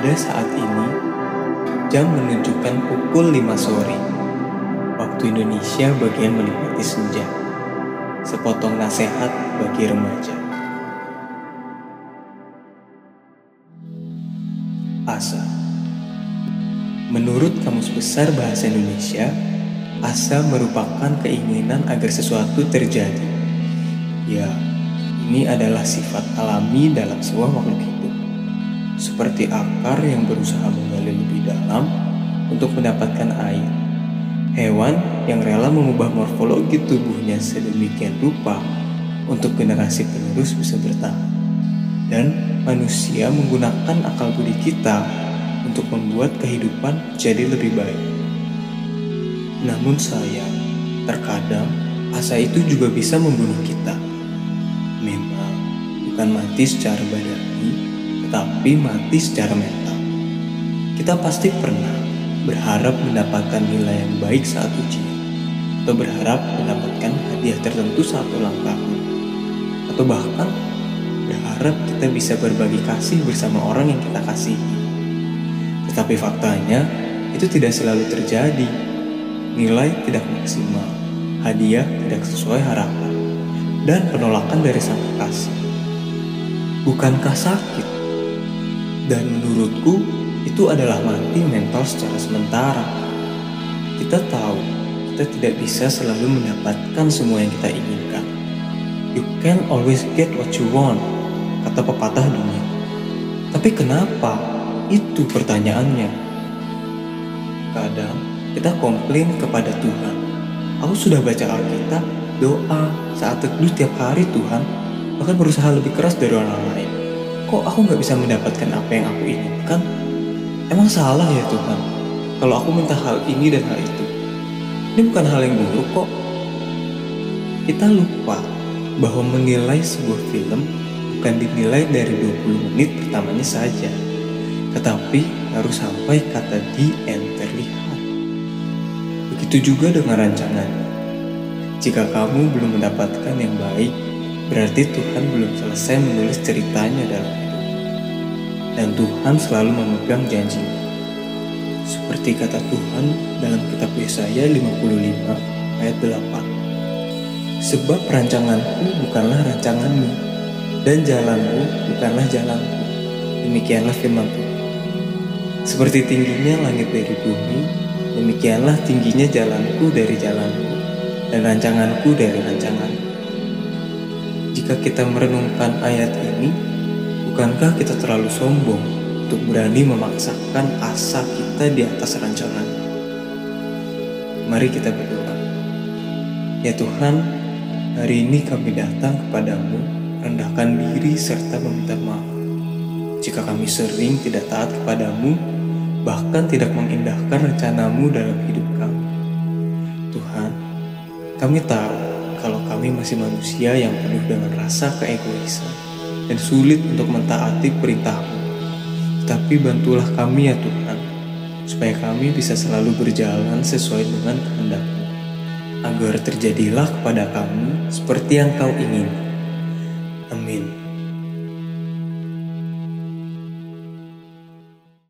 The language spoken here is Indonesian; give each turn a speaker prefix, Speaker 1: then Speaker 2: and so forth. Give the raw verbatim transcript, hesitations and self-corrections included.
Speaker 1: Pada saat ini, jam menunjukkan pukul lima sore. Waktu Indonesia bagian menikmati senja. Sepotong nasihat bagi remaja. Asa. Menurut Kamus Besar Bahasa Indonesia, asa merupakan keinginan agar sesuatu terjadi. Ya, ini adalah sifat alami dalam sebuah makhluk hidup. Seperti akar yang berusaha menggali lebih dalam untuk mendapatkan air. Hewan yang rela mengubah morfologi tubuhnya sedemikian rupa untuk generasi penerus bisa bertahan. Dan manusia menggunakan akal budi kita untuk membuat kehidupan jadi lebih baik. Namun sayang, terkadang asa itu juga bisa membunuh kita. Memang bukan mati secara badani, tetapi mati secara mental. Kita pasti pernah berharap mendapatkan nilai yang baik saat ujian, atau berharap mendapatkan hadiah tertentu saat ulang tahun, atau bahkan berharap kita bisa berbagi kasih bersama orang yang kita kasihi. Tetapi faktanya, itu tidak selalu terjadi. Nilai tidak maksimal, hadiah tidak sesuai harapan, dan penolakan dari sang kekasih. Bukankah sakit? Dan menurutku, itu adalah mati mental secara sementara. Kita tahu, kita tidak bisa selalu mendapatkan semua yang kita inginkan. You can always get what you want, kata pepatah dunia. Tapi kenapa? Itu pertanyaannya. Kadang kita komplain kepada Tuhan. Aku sudah baca Alkitab, doa, saat teduh tiap hari Tuhan, bahkan berusaha lebih keras dari orang lain. Kok aku gak bisa mendapatkan apa yang aku inginkan? Emang salah ya Tuhan, kalau aku minta hal ini dan hal itu? Ini bukan hal yang buruk kok. Kita lupa bahwa menilai sebuah film bukan dinilai dari dua puluh menit pertamanya saja, tetapi harus sampai kata the end terlihat. Begitu juga dengan rancangan. Jika kamu belum mendapatkan yang baik, berarti Tuhan belum selesai menulis ceritanya dalam hidup. Dan Tuhan selalu memegang janjinya. Seperti kata Tuhan dalam kitab Yesaya lima puluh lima ayat delapan. Sebab rancanganku bukanlah rancanganmu, dan jalanmu bukanlah jalanku. Demikianlah firman Tuhan. Seperti tingginya langit dari bumi, demikianlah tingginya jalanku dari jalanmu, dan rancanganku dari rancanganmu. Jika kita merenungkan ayat ini, bukankah kita terlalu sombong untuk berani memaksakan asa kita di atas rancangan? Mari kita berdoa. Ya Tuhan, hari ini kami datang kepadamu, rendahkan diri serta meminta maaf. Jika kami sering tidak taat kepadamu, bahkan tidak mengindahkan rencanamu dalam hidup kami. Tuhan, kami tahu kalau kami masih manusia yang penuh dengan rasa keegoisan dan sulit untuk mentaati perintah-Mu. Tapi bantulah kami ya Tuhan, supaya kami bisa selalu berjalan sesuai dengan kehendak-Mu, agar terjadilah kepada kami seperti yang Kau inginkan.